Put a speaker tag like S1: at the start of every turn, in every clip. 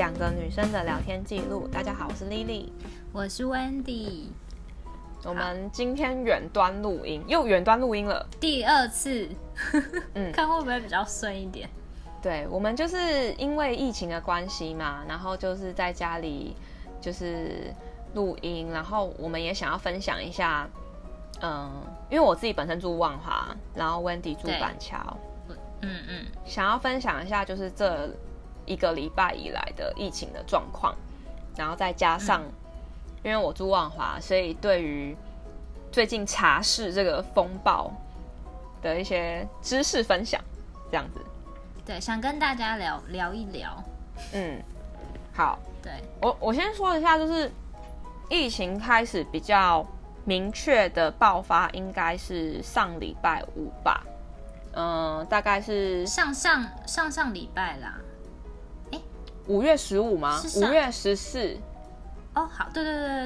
S1: 两个女生的聊天记录。大家好，我是 Lily，
S2: 我是 Wendy。
S1: 我们今天远端录音，又远端录音了，
S2: 第二次，看会不会比较顺一点。
S1: 对，我们就是因为疫情的关系嘛，然后就是在家里就是录音，然后我们也想要分享一下，因为我自己本身住万华，然后 Wendy 住板桥，想要分享一下就是这一个礼拜以来的疫情的状况，然后再加上，因为我住万华，所以对于最近茶室这个风暴的一些知识分享，这样子。
S2: 对，想跟大家聊一聊。
S1: 好，
S2: 对，
S1: 我先说一下，就是疫情开始比较明确的爆发，应该是上礼拜五吧，大概是
S2: 上礼拜啦。
S1: 5月15吗？5月14。
S2: 哦，好，对，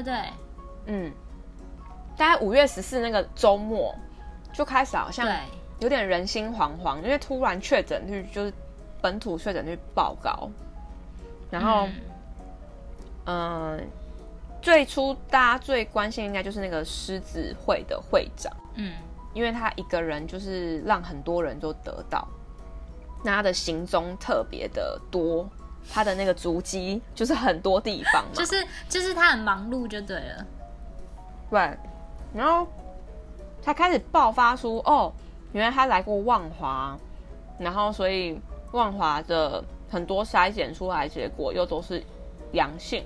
S1: 大概5月14那个周末就开始好像有点人心惶惶，因为突然确诊率就是本土确诊率爆高，然后最初大家最关心应该就是那个狮子会的会长，因为他一个人就是让很多人都得到，那他的行踪特别的多，他的那个足迹就是很多地方嘛，
S2: 就是他很忙碌就对了，
S1: 对，然后他开始爆发出原来他来过万华，然后所以万华的很多筛检出来结果又都是阳性，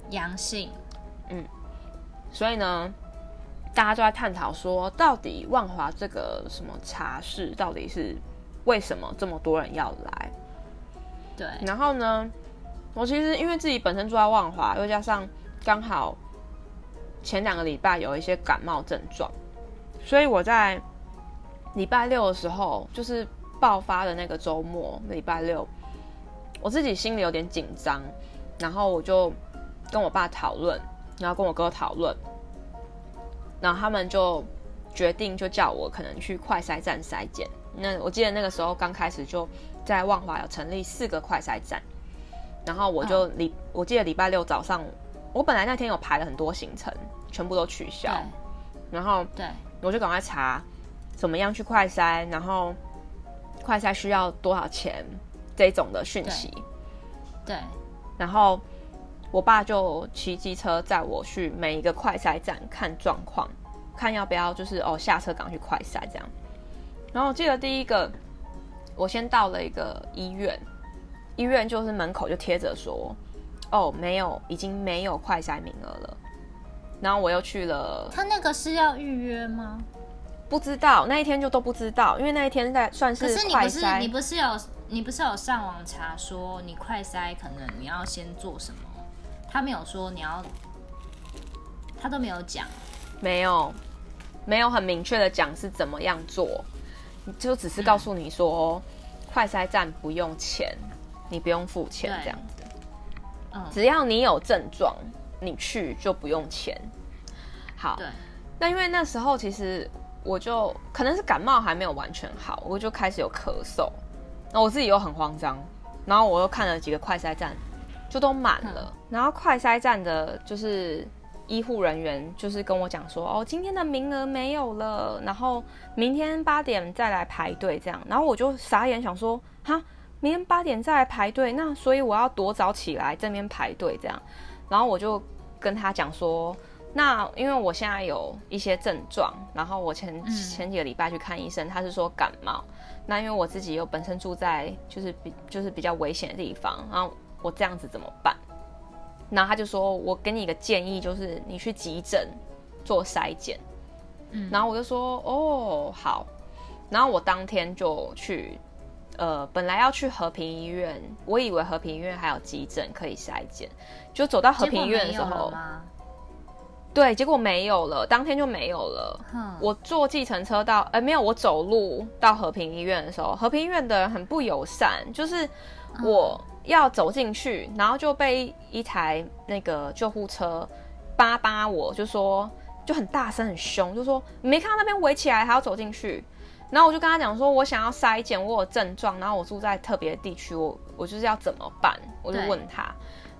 S1: 所以呢，大家就在探讨说，到底万华这个什么茶室，到底是为什么这么多人要来？
S2: 对，
S1: 然后呢，我其实因为自己本身住在万华，又加上刚好前2个礼拜有一些感冒症状，所以我在礼拜六的时候，就是爆发的那个周末，礼拜六，我自己心里有点紧张，然后我就跟我爸讨论，然后跟我哥讨论，然后他们就决定就叫我可能去快筛站筛检。那我记得那个时候刚开始就在万华有成立4个快筛站，然后我就我记得礼拜六早上，我本来那天有排了很多行程，全部都取消，然后我就赶快查怎么样去快筛，然后快筛需要多少钱这种的讯息，
S2: 对，
S1: 然后我爸就骑机车载我去每一个快筛站看状况，看要不要就是下车赶快去快筛这样。然后我记得第一个，我先到了一个医院就是门口就贴着说，没有，已经没有快筛名额了。然后我又去了，
S2: 他那个是要预约吗？
S1: 不知道，那一天就都不知道，因为那一天算是快筛。
S2: 可是你不是有上网查说你快筛可能你要先做什么？他没有说你要，他都没有讲，
S1: 没有很明确的讲是怎么样做，就只是告诉你说，快筛站不用钱，你不用付钱这样子，只要你有症状，你去就不用钱。好，那因为那时候其实我就可能是感冒还没有完全好，我就开始有咳嗽，然后我自己又很慌张，然后我又看了几个快筛站，就都满了。然后快筛站的就是医护人员就是跟我讲说，今天的名额没有了，然后明天8点再来排队这样。然后我就傻眼想说，明天8点再来排队，那所以我要多早起来这边排队这样。然后我就跟他讲说，那因为我现在有一些症状，然后我前几个礼拜去看医生，他是说感冒。那因为我自己又本身住在就是比较危险的地方，然后我这样子怎么办？然后他就说，我给你一个建议，就是你去急诊做筛检。然后我就说好。然后我当天就去，本来要去和平医院，我以为和平医院还有急诊可以筛检，就走到和平医院的时候，对，结果没有了，当天就没有了。我坐计程车到，没有，我走路到和平医院的时候，和平医院的人很不友善，就是我要走进去，然后就被一台那个救护车扒我，就说就很大声很凶，就说你没看到那边围起来还要走进去。然后我就跟他讲说，我想要筛检，我有症状，然后我住在特别地区，我就是要怎么办？我就问他，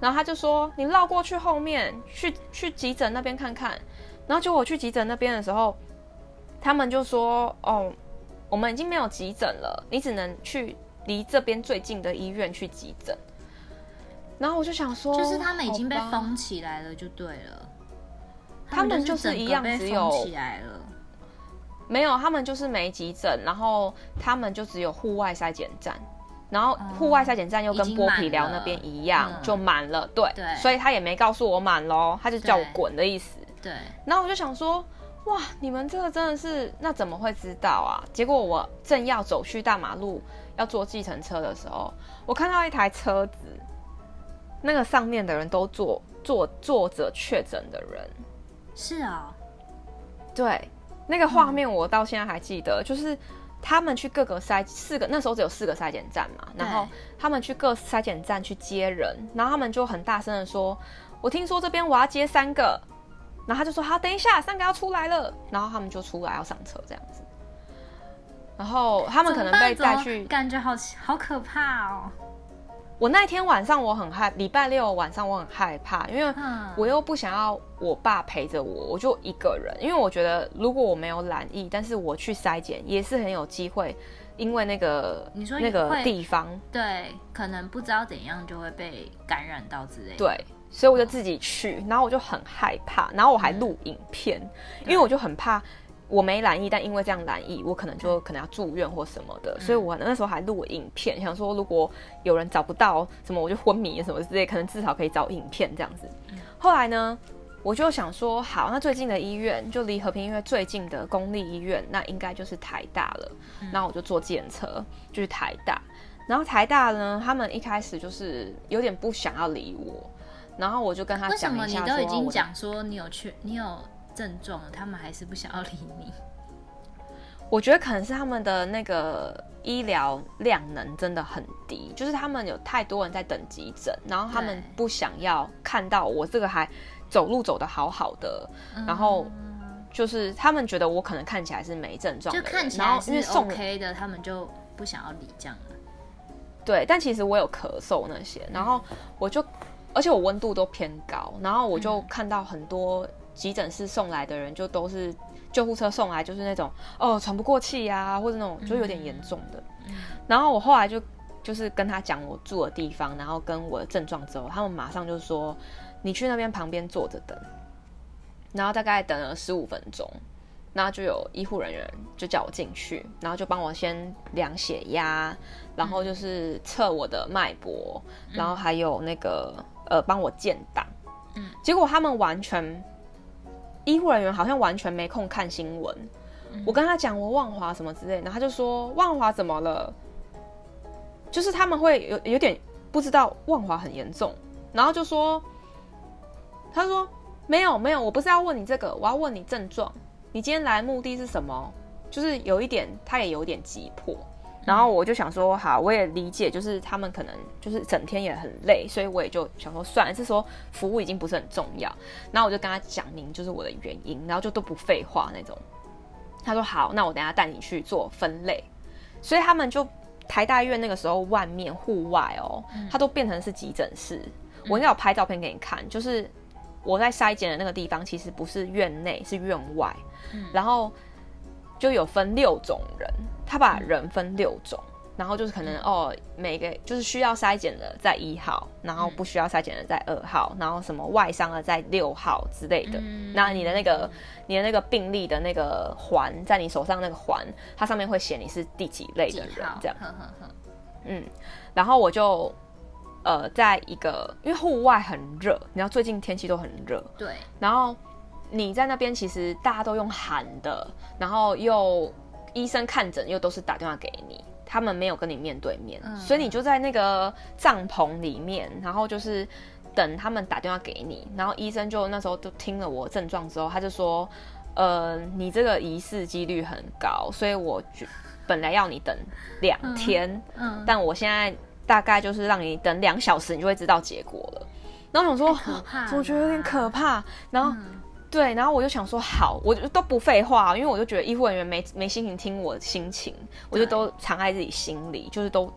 S1: 然后他就说你绕过去后面去急诊那边看看，然后结果我去急诊那边的时候，他们就说哦，我们已经没有急诊了，你只能去离这边最近的医院去急诊。然后我就想说，
S2: 就是他们已经被封起来了，就对了。
S1: 他们就是一样，只有
S2: 起来了，
S1: 没有，他们就是没急诊，然后他们就只有户外筛检站，然后户外筛检站又跟剥皮寮那边一样，就满了，对，所以他也没告诉我满咯，他就叫我滚的意思。
S2: 对，
S1: 然后我就想说，哇，你们这个真的是，那怎么会知道啊？结果我正要走去大马路要坐计程车的时候，我看到一台车子，那个上面的人都坐着确诊的人。
S2: 是啊，
S1: 对，那个画面我到现在还记得，就是他们去各个那时候只有4个筛检站嘛，然后他们去各筛检站去接人，然后他们就很大声的说，我听说这边我要接3个，然后他就说好，等一下3个要出来了，然后他们就出来要上车这样子，然后他们可能被带去，
S2: 感觉好可怕哦。
S1: 我那天晚上礼拜6晚上我很害怕，因为我又不想要我爸陪着我，我就一个人，因为我觉得如果我没有染疫，但是我去筛检也是很有机会，因为那个地方，
S2: 对，可能不知道怎样就会被感染到之类的。
S1: 对，所以我就自己去，然后我就很害怕，然后我还录影片，因为我就很怕。我没染疫，但因为这样染疫，我可能要住院或什么的，所以我那时候还录影片，想说如果有人找不到什么，我就昏迷什么之类，可能至少可以找影片这样子。后来呢，我就想说，好，那最近的医院就离和平医院最近的公立医院，那应该就是台大了。然后我就坐计程车就去台大，然后台大呢，他们一开始就是有点不想要理我，然后我就跟他讲一下说，
S2: 为什么你都已经讲说你有症状了，他们还是不想要理你？
S1: 我觉得可能是他们的那个医疗量能真的很低，就是他们有太多人在等急诊，然后他们不想要看到我这个还走路走得好好的，然后就是他们觉得我可能看起来是没症状的人，
S2: 就看起来是 OK 的，他们就不想要理这样了。
S1: 对，但其实我有咳嗽那些，然后而且我温度都偏高，然后我就看到很多急诊室送来的人，就都是救护车送来，就是那种喘不过气啊，或者那种就有点严重的。然后我后来就是跟他讲我住的地方，然后跟我的症状之后，他们马上就说你去那边旁边坐着等，然后大概等了15分钟，然后就有医护人员就叫我进去，然后就帮我先量血压，然后就是测我的脉搏，然后还有那个帮我建档。结果他们医护人员好像完全没空看新闻。我跟他讲我万华什么之类的，然后他就说万华怎么了？就是他们会有点不知道万华很严重，然后他说没有，我不是要问你这个，我要问你症状。你今天来的目的是什么？就是他也有点急迫。然后我就想说，好，我也理解，就是他们可能就是整天也很累，所以我也就想说，算了，是说服务已经不是很重要。然后我就跟他讲明就是我的原因，然后就都不废话那种。他说好，那我等一下带你去做分类。所以他们就台大医院那个时候外面户外它都变成是急诊室。我应该有拍照片给你看，就是我在筛检的那个地方，其实不是院内，是院外。然后就有分6种人，他把人分6种，然后就是可能每个就是需要筛检的在1号，然后不需要筛检的在2号，然后什么外伤的在6号之类的。那你的那个病历的那个环，在你手上那个环，它上面会写你是第几类的人，这样。然后我就在一个，因为户外很热，你知道最近天气都很热，
S2: 对，
S1: 然后你在那边其实大家都用喊的，然后又医生看诊又都是打电话给你，他们没有跟你面对面，所以你就在那个帐篷里面，然后就是等他们打电话给你，然后医生就那时候就听了我症状之后，他就说你这个疑似几率很高，所以我本来要你等2天，但我现在大概就是让你等2小时，你就会知道结果了。然后我想说我觉得有点可怕，然后对，然后我就想说好，我就都不废话，因为我就觉得医护人员没心情听我的心情，我就都藏在自己心里，就是都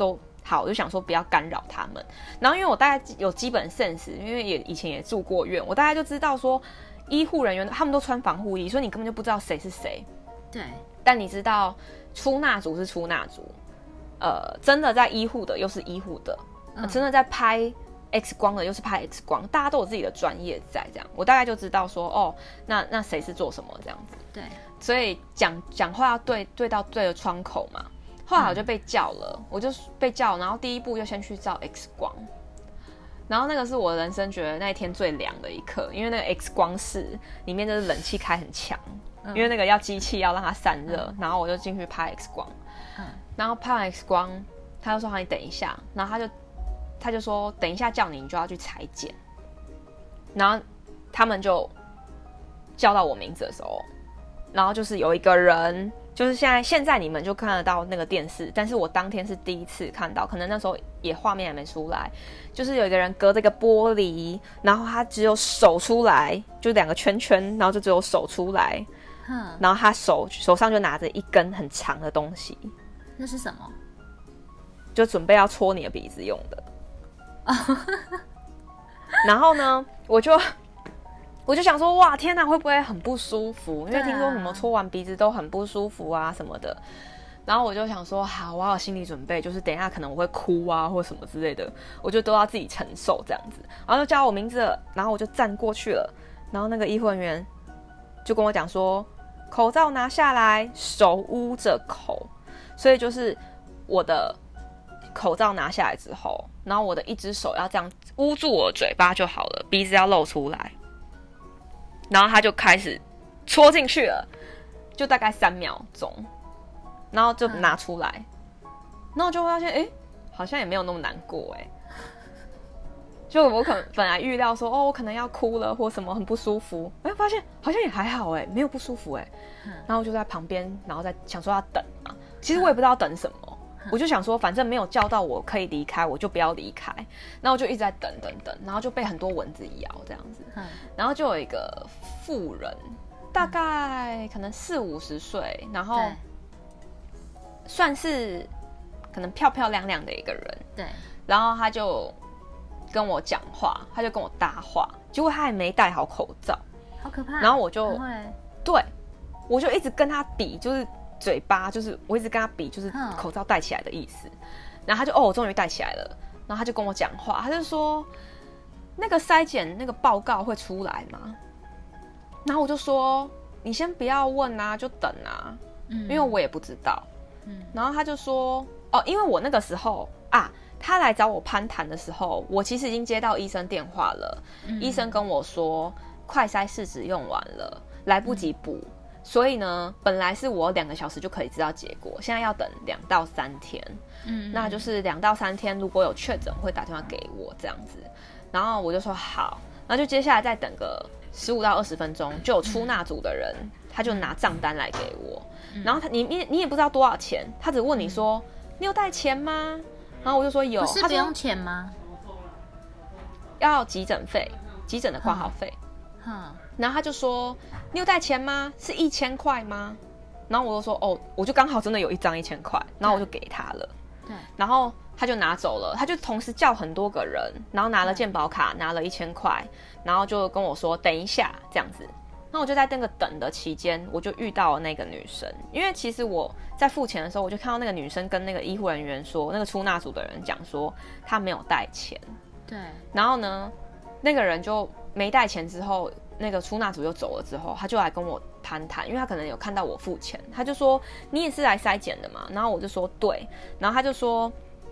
S1: 好，我就想说不要干扰他们。然后因为我大概有基本 sense， 因为以前也住过院，我大概就知道说医护人员他们都穿防护衣，所以你根本就不知道谁是谁。
S2: 对。
S1: 但你知道出纳组是出纳组，真的在医护的又是医护的，真的在拍 X 光的又是拍 X 光，大家都有自己的专业在，这样我大概就知道说哦，那谁是做什么这样子。
S2: 对。所
S1: 以讲话要对到对的窗口嘛。后来我就被叫了，我就被叫，然后第一步就先去照 X 光，然后那个是我人生觉得那一天最凉的一刻，因为那个 X 光室里面就是冷气开很强，因为那个要机器要让它散热，然后我就进去拍 X 光，然后拍完 X 光，他就说好你等一下，然后他就说等一下叫你就要去裁剪，然后他们就叫到我名字的时候，然后就是有一个人。就是现在你们就看得到那个电视，但是我当天是第一次看到，可能那时候也画面还没出来，就是有一个人隔着一个玻璃，然后他只有手出来，就2个圈圈，然后就只有手出来，然后他手上就拿着一根很长的东西，
S2: 那是什么？
S1: 就准备要戳你的鼻子用的。然后呢，我就想说，哇，天哪，会不会很不舒服？因为听说什么戳完鼻子都很不舒服啊什么的。然后我就想说，好，我要有心理准备，就是等一下可能我会哭啊或什么之类的，我就都要自己承受这样子。然后就叫我名字了，然后我就站过去了，然后那个医护人员就跟我讲说，口罩拿下来，手捂着口。所以就是我的口罩拿下来之后，然后我的一只手要这样捂住我的嘴巴就好了，鼻子要露出来。然后他就开始戳进去了，就大概3秒钟，然后就拿出来，然后就会发现，好像也没有那么难过，就我可能本来预料说，我可能要哭了或什么很不舒服，发现好像也还好，没有不舒服，然后我就在旁边，然后在想说要等嘛，其实我也不知道等什么，我就想说反正没有叫到我可以离开，我就不要离开，然后我就一直在等，然后就被很多蚊子咬这样子，然后就有一个妇人，大概可能40-50岁，然后算是可能漂漂亮亮的一个人，
S2: 对，
S1: 然后他就跟我讲话，他就跟我搭话，结果他还没戴好口罩，
S2: 好可怕。
S1: 然后我就一直跟他比，就是嘴巴，就是我一直跟他比，就是口罩戴起来的意思。然后他就我终于戴起来了，然后他就跟我讲话，他就说那个筛检那个报告会出来吗？然后我就说你先不要问啊，就等啊，因为我也不知道。然后他就说因为我那个时候他来找我攀谈的时候，我其实已经接到医生电话了，医生跟我说快筛试纸用完了，来不及补，所以呢，本来是我2个小时就可以知道结果，现在要等2到3天，那就是2到3天，如果有确诊会打电话给我这样子，然后我就说好，然后就接下来再等个15到20分钟，就有出纳组的人，他就拿账单来给我，然后你也不知道多少钱，他只问你说你有带钱吗？然后我就说有，
S2: 不是不用钱吗？
S1: 要急诊费，急诊的挂号费。然后他就说你有带钱吗？是1000块吗？然后我就说我就刚好真的有一张1000块，然后我就给他了。
S2: 对，
S1: 然后他就拿走了，他就同时叫很多个人，然后拿了健保卡，拿了1000块，然后就跟我说等一下这样子。那我就在那个等的期间，我就遇到了那个女生，因为其实我在付钱的时候，我就看到那个女生跟那个医护人员说，那个出纳组的人讲说她没有带钱。
S2: 对。
S1: 然后呢，那个人就没带钱之后，那个出纳组又走了之后，他就来跟我攀谈，因为他可能有看到我付钱，他就说你也是来筛检的嘛？然后我就说对，然后他就说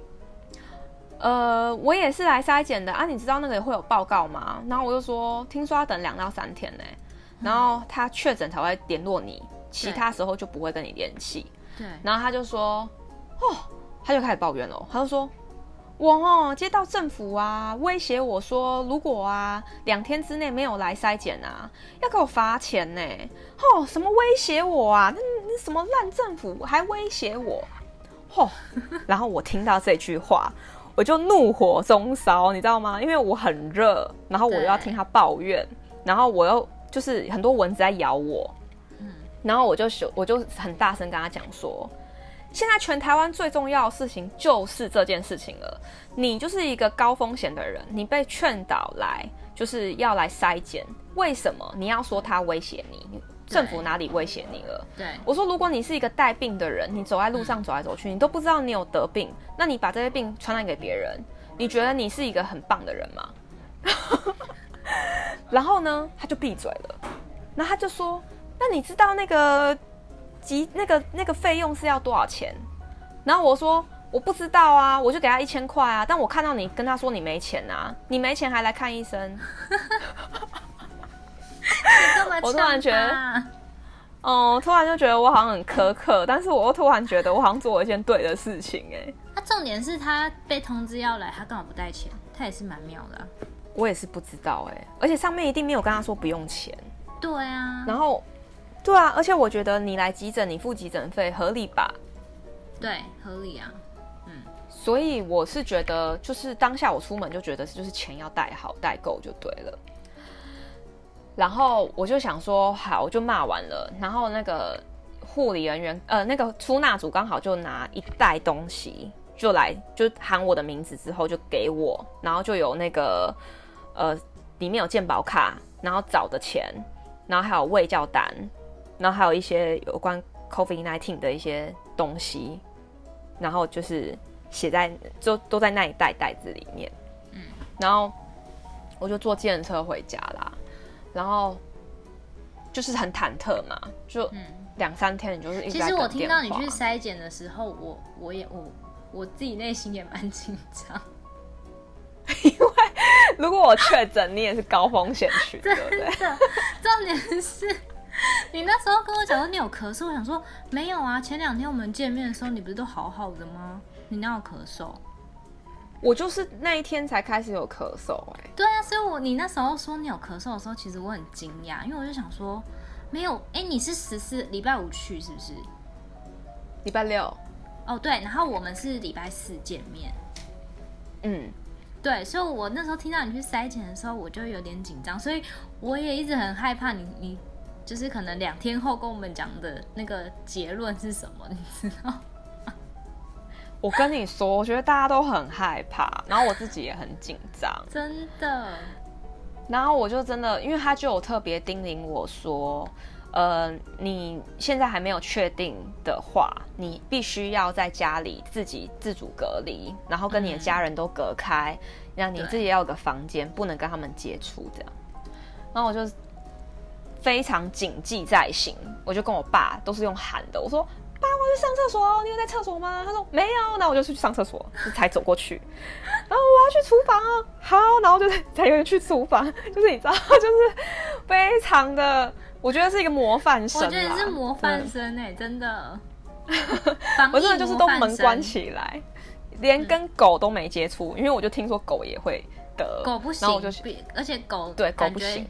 S1: 我也是来筛检的啊，你知道那个会有报告吗？然后我就说听说要等2到3天呢。然后他确诊才会联络你，其他时候就不会跟你联系。
S2: 对。
S1: 然后他就说，他就开始抱怨了。他就说，我接到政府威胁我说，如果2天之内没有来筛检要给我罚钱呢。什么威胁我那什么烂政府还威胁我。然后我听到这句话，我就怒火中烧，你知道吗？因为我很热，然后我又要听他抱怨，然后我又。就是很多蚊子在咬我，然后我就很大声跟他讲说， 现在全台湾最重要的事情就是这件事情了。你就是一个高风险的人，你被劝导来就是要来筛检，为什么你要说他威胁你？政府哪里威胁你了？
S2: 对，
S1: 我说如果你是一个带病的人，你走在路上走来走去，你都不知道你有得病，那你把这些病传染给别人，你觉得你是一个很棒的人吗？然后呢，他就闭嘴了。然后他就说：“那你知道那个费用是要多少钱？”然后我说：“我不知道啊，我就给他1000块啊。但我看到你跟他说你没钱啊，你没钱还来看医生。”我突然觉得，突然就觉得我好像很苛刻，但是我又突然觉得我好像做了一件对的事情哎。
S2: 重点是他被通知要来，他干嘛不带钱？他也是蛮妙的啊。
S1: 我也是不知道哎，而且上面一定没有跟他说不用钱。
S2: 对啊。
S1: 然后，对啊，而且我觉得你来急诊，你付急诊费合理吧？
S2: 对，合理啊。
S1: 所以我是觉得，就是当下我出门就觉得，就是钱要带好带够就对了。然后我就想说，好，我就骂完了。然后那个护理人员，那个出纳组刚好就拿一袋东西，就喊我的名字之后就给我，然后就有那个里面有健保卡，然后找的钱，然后还有卫教单，然后还有一些有关 COVID-19 的一些东西，然后就是写在都在那一袋袋子里面。然后我就坐计程车回家啦。然后就是很忐忑嘛，就2-3天你就是一直在等电话。其实
S2: 我听到你去筛检的时候，我自己内心也蛮紧张，
S1: 因为如果我确诊，你也是高风险群，对不对？
S2: 重点是你那时候跟我讲说你有咳嗽，我想说没有啊，前2天我们见面的时候你不是都好好的吗？你哪有咳嗽？
S1: 我就是那一天才开始有咳嗽哎。
S2: 对啊，所以你那时候说你有咳嗽的时候，其实我很惊讶，因为我就想说没有，你是礼拜5去是不是？
S1: 礼拜6。
S2: 哦对，然后我们是礼拜4见面。对，所以我那时候听到你去筛检的时候，我就有点紧张，所以我也一直很害怕你就是可能2天后跟我们讲的那个结论是什么，你知道？
S1: 我跟你说，我觉得大家都很害怕，然后我自己也很紧张，
S2: 真的。
S1: 然后我就真的，因为他就有特别叮咛我说，你现在还没有确定的话，你必须要在家里自己自主隔离，然后跟你的家人都隔开，让你自己要有个房间，不能跟他们接触这样。然后我就非常谨记在心，我就跟我爸都是用喊的，我说。爸，我去上厕所，你有在厕所吗？他说没有，那我就去上厕所，才走过去。然后我要去厨房哦，好，然后就才有去厨房，就是你知道，就是非常的，我觉得是一个模范生啦。
S2: 我觉得你是模范生真的。
S1: 我真的就是都门关起来，连跟狗都没接触，因为我就听说狗也会得，
S2: 狗不行，
S1: 然后我就
S2: 而且狗
S1: 不行，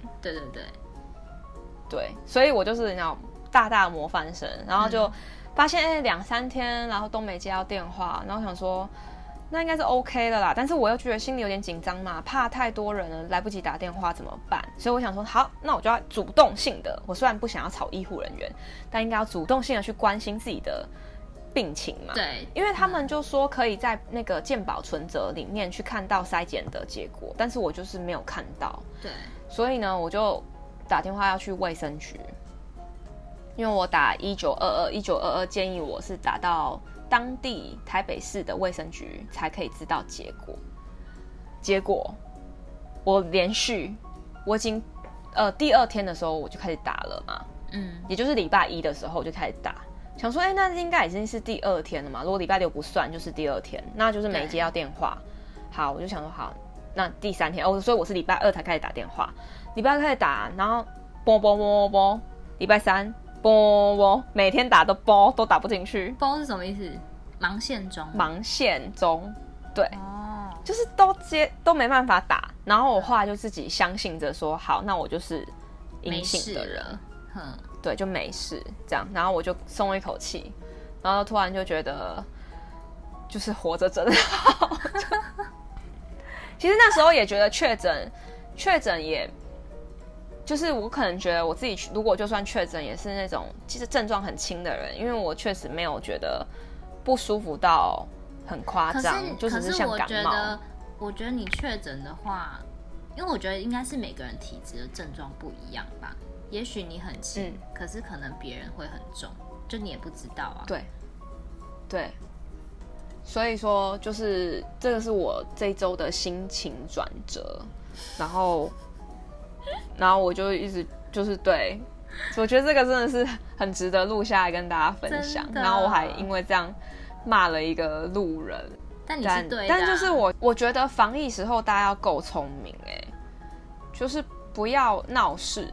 S2: 对，
S1: 所以我就是你知道大的模范生，然后就。发现2-3天，然后都没接到电话，然后想说那应该是 OK 的啦，但是我又觉得心里有点紧张嘛，怕太多人了来不及打电话怎么办？所以我想说好，那我就要主动性的，我虽然不想要吵医护人员，但应该要主动性的去关心自己的病情嘛。
S2: 对，
S1: 因为他们就说可以在那个健保存折里面去看到筛检的结果，但是我就是没有看到。
S2: 对，
S1: 所以呢，我就打电话要去卫生局。因为我打1922建议我是打到当地台北市的卫生局才可以知道结果。结果我已经第2天的时候我就开始打了嘛，也就是礼拜1的时候我就开始打，想说那应该已经是第2天了嘛，如果礼拜6不算就是第2天，那就是没接到电话。好，我就想说好，那第3天所以我是礼拜2才开始打电话，礼拜2开始打，然后拨，礼拜3。拨，每天打都打不进去。
S2: 拨是什么意思？忙
S1: 线中，对，就是都没办法打。然后我后来就自己相信着说，好，那我就是阴性的人，对，就没事这样。然后我就松了一口气，然后突然就觉得，就是活着真好。其实那时候也觉得确诊也。就是我可能觉得我自己如果就算确诊也是那种其实症状很轻的人，因为我确实没有觉得不舒服到很夸张，就只是像感冒。
S2: 我觉得你确诊的话，因为我觉得应该是每个人体质的症状不一样吧。也许你很轻，可是可能别人会很重，就你也不知道啊。
S1: 对，所以说就是这个是我这一周的心情转折，然后我就一直就是对，我觉得这个真的是很值得录下来跟大家分享。然后我还因为这样骂了一个路人，
S2: 但你是对的
S1: 但就是我觉得防疫时候大家要够聪明就是不要闹事。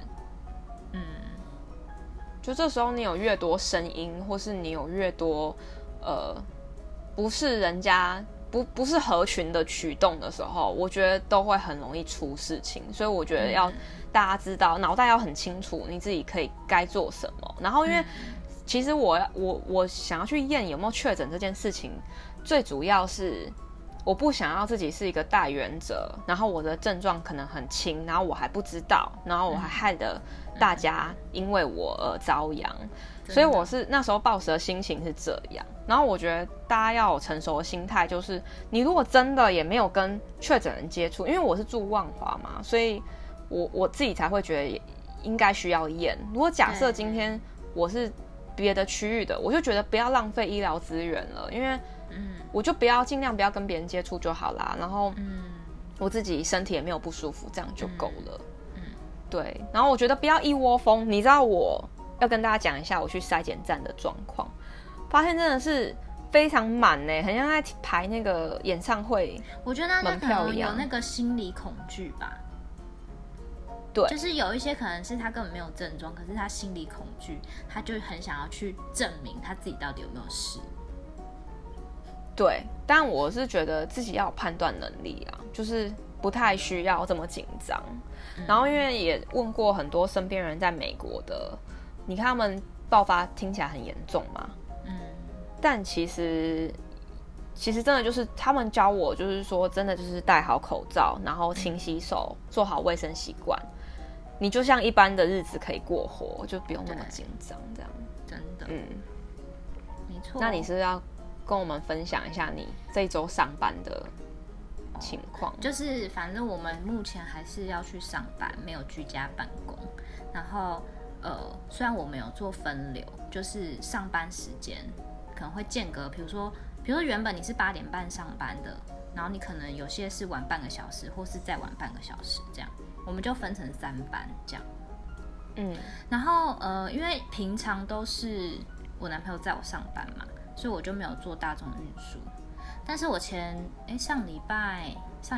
S1: 就这时候你有越多声音，或是你有越多不是人家不是合群的举动的时候，我觉得都会很容易出事情。所以我觉得要大家知道，脑袋要很清楚你自己该做什么。然后因为其实我想要去验有没有确诊这件事情，最主要是我不想要自己是一个带原者，然后我的症状可能很轻，然后我还不知道，然后我还害得大家因为我而遭殃。所以我是那时候抱持的心情是这样。然后我觉得大家要有成熟的心态，就是你如果真的也没有跟确诊人接触，因为我是住万华嘛，所以我自己才会觉得应该需要验。如果假设今天我是别的区域的，我就觉得不要浪费医疗资源了，因为我就尽量不要跟别人接触就好啦。然后我自己身体也没有不舒服，这样就够了。对，然后我觉得不要一窝蜂。你知道我要跟大家讲一下我去筛检站的状况，发现真的是非常满很像在排那个演唱会
S2: 我觉得门票一样，有那个心理恐惧吧。对，就是有一些可能是他根本没有症状，可是他心理恐惧，他就很想要去证明他自己到底有没有事。
S1: 对，但我是觉得自己要有判断能力啊，就是不太需要这么紧张。然后因为也问过很多身边人在美国的，你看他们爆发听起来很严重嘛，但其实真的就是他们教我，就是说真的就是戴好口罩，然后勤洗手，做好卫生习惯，你就像一般的日子可以过活，就不用那么紧张这样。
S2: 真的，没错。
S1: 那你是不是要跟我们分享一下你这一周上班的情况？
S2: 就是反正我们目前还是要去上班，没有居家办公。然后虽然我们有做分流，就是上班时间可能会间隔，比如说原本你是8点半上班的，然后你可能有些是晚半个小时，或是再晚半个小时这样，我们就分成3班这样。然后因为平常都是我男朋友载我上班嘛，所以我就没有坐大众运输。但是我上礼拜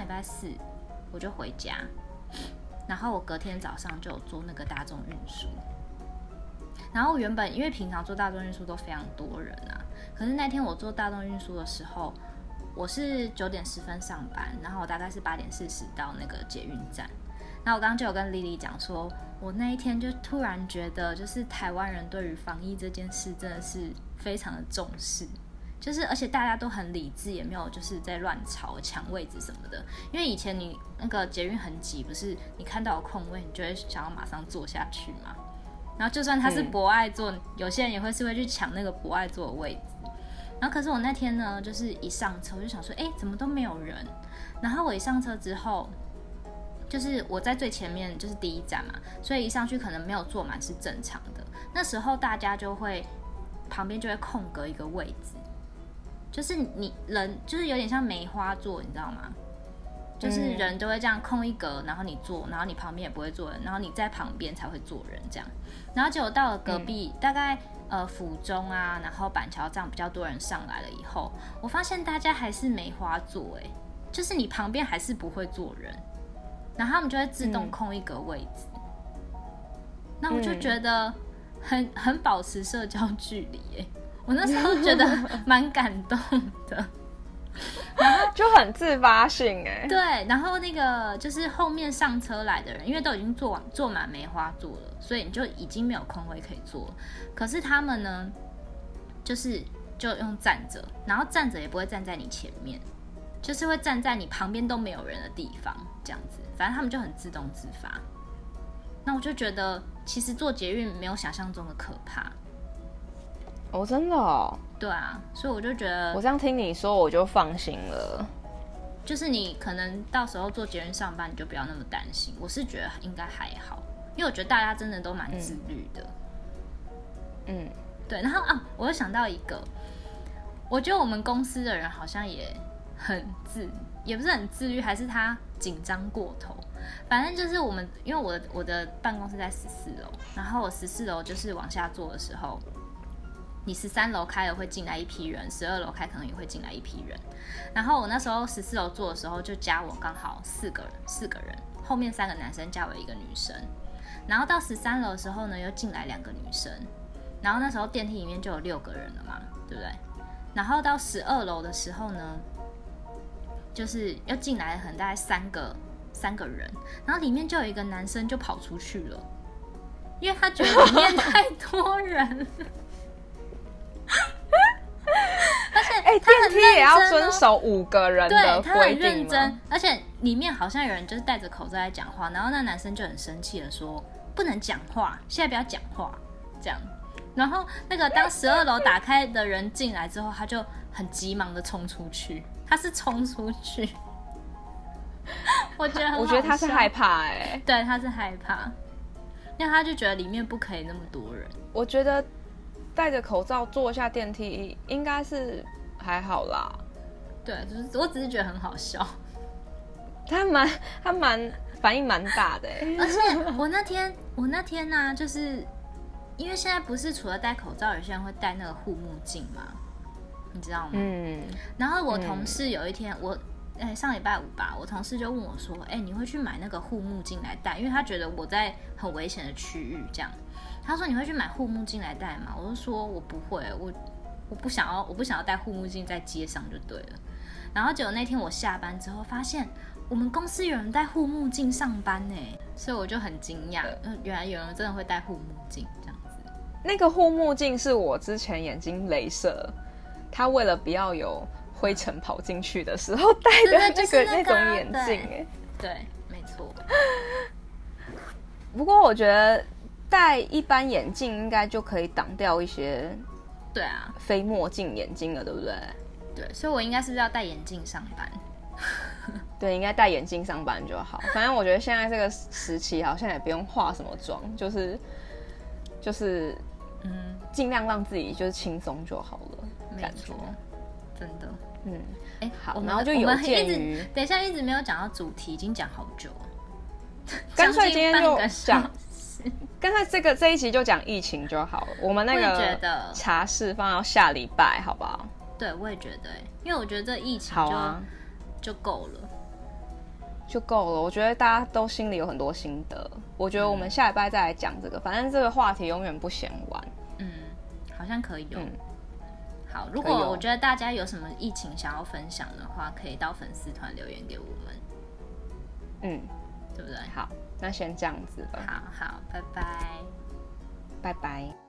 S2: 4我就回家，然后我隔天早上就有坐那个大众运输。然后原本因为平常坐大众运输都非常多人啊，可是那天我坐大众运输的时候，我是9点10分上班，然后我大概是8点40到那个捷运站。然后我刚刚就有跟莉莉讲说，我那一天就突然觉得，就是台湾人对于防疫这件事真的是非常的重视，就是而且大家都很理智，也没有就是在乱吵抢位置什么的。因为以前你那个捷运很挤，不是你看到有空位，你就会想要马上坐下去嘛。然后就算他是博爱座，有些人也会去抢那个博爱座的位置。然后可是我那天呢，就是一上车我就想说，怎么都没有人。然后我一上车之后，就是我在最前面，就是第一站嘛，所以一上去可能没有坐满是正常的。那时候大家就会旁边就会空格一个位置，就是你人就是有点像梅花座，你知道吗？就是人都会这样空一格，然后你坐，然后你旁边也不会坐人，然后你在旁边才会坐人这样。然后结果到了隔壁，大概府中啊，然后板桥这样比较多人上来了以后，我发现大家还是梅花座就是你旁边还是不会坐人，然后他们就会自动空一格位置。那我就觉得很保持社交距离我那时候觉得蛮感动的。
S1: 就很自发性
S2: 对，然后那个就是后面上车来的人，因为都已经坐满梅花座了，所以你就已经没有空位可以坐。可是他们呢，就用站着，然后站着也不会站在你前面，就是会站在你旁边都没有人的地方，这样子。反正他们就很自动自发。那我就觉得，其实坐捷运没有想象中的可怕。
S1: 哦，真的哦。
S2: 对啊，所以我就觉得，
S1: 我这样听你说，我就放心了。
S2: 就是你可能到时候坐捷运上班，你就不要那么担心。我是觉得应该还好，因为我觉得大家真的都蛮自律的。
S1: 嗯，
S2: 对。然后啊，我又想到一个，我觉得我们公司的人好像也很也不是很自律，还是他紧张过头。反正就是我们，因为我的办公室在14楼，然后我14楼就是往下坐的时候，你13楼开了会进来一批人，12楼开可能也会进来一批人。然后我那时候14楼坐的时候，就加我刚好4个人，后面3个男生加我1个女生。然后到13楼的时候呢，又进来2个女生。然后那时候电梯里面就有6个人了嘛，对不对？然后到12楼的时候呢，就是又进来了大概3个人，然后里面就有1个男生就跑出去了，因为他觉得里面太多人了。而且
S1: 电梯也要遵守5个人的规定吗？
S2: 对，他很认真，而且里面好像有人就是戴着口罩在讲话，然后那男生就很生气的说：“不能讲话，现在不要讲话。”这样，然后那个当12楼打开的人进来之后，他就很急忙的冲出去，他是冲出去。我觉得
S1: 他是害怕
S2: 对，他是害怕，因为他就觉得里面不可以那么多人。
S1: 我觉得戴着口罩坐下电梯应该是还好啦。
S2: 对，就是我只是觉得很好笑。
S1: 他反应蛮大的
S2: 而且我那天呢、就是因为现在不是除了戴口罩，有些人会戴那个护目镜嘛，你知道吗？然后我同事有一天上礼拜5吧，我同事就问我说：“你会去买那个护目镜来戴？因为他觉得我在很危险的区域，这样。他说你会去买护目镜来戴吗？”我就说我不会，我不想要戴护目镜在街上就对了。然后结果那天我下班之后发现我们公司有人戴护目镜上班呢，所以我就很惊讶，原来有人真的会戴护目镜这样子。
S1: 那个护目镜是我之前眼睛雷射，他为了不要有灰尘跑进去的时候戴的那种眼镜
S2: 对，没错。
S1: 不过我觉得戴一般眼镜应该就可以挡掉一些非墨镜眼镜了，对不对？
S2: 对，所以我应该是不是要戴眼镜上班？
S1: 对，应该戴眼镜上班就好。反正我觉得现在这个时期好像也不用化什么妆，就是尽量让自己就是轻松就好了。
S2: 没错，真的。
S1: 好，然后就有鉴于
S2: 等一下一直没有讲到主题，已经讲好久了。
S1: 干脆今天就讲，干脆这一集就讲疫情就好了。我们那个茶室放到下礼拜，好不好？
S2: 对，我也觉得，因为我觉得这疫情就够了，
S1: 就够了。我觉得大家都心里有很多心得，我觉得我们下礼拜再来讲这个。反正这个话题永远不嫌晚。
S2: 好像可以有。好，如果我觉得大家有什么疫情想要分享的话，可以到粉丝团留言给我们。对不对？
S1: 好，那先这样子吧。
S2: 好，拜拜，
S1: 拜拜。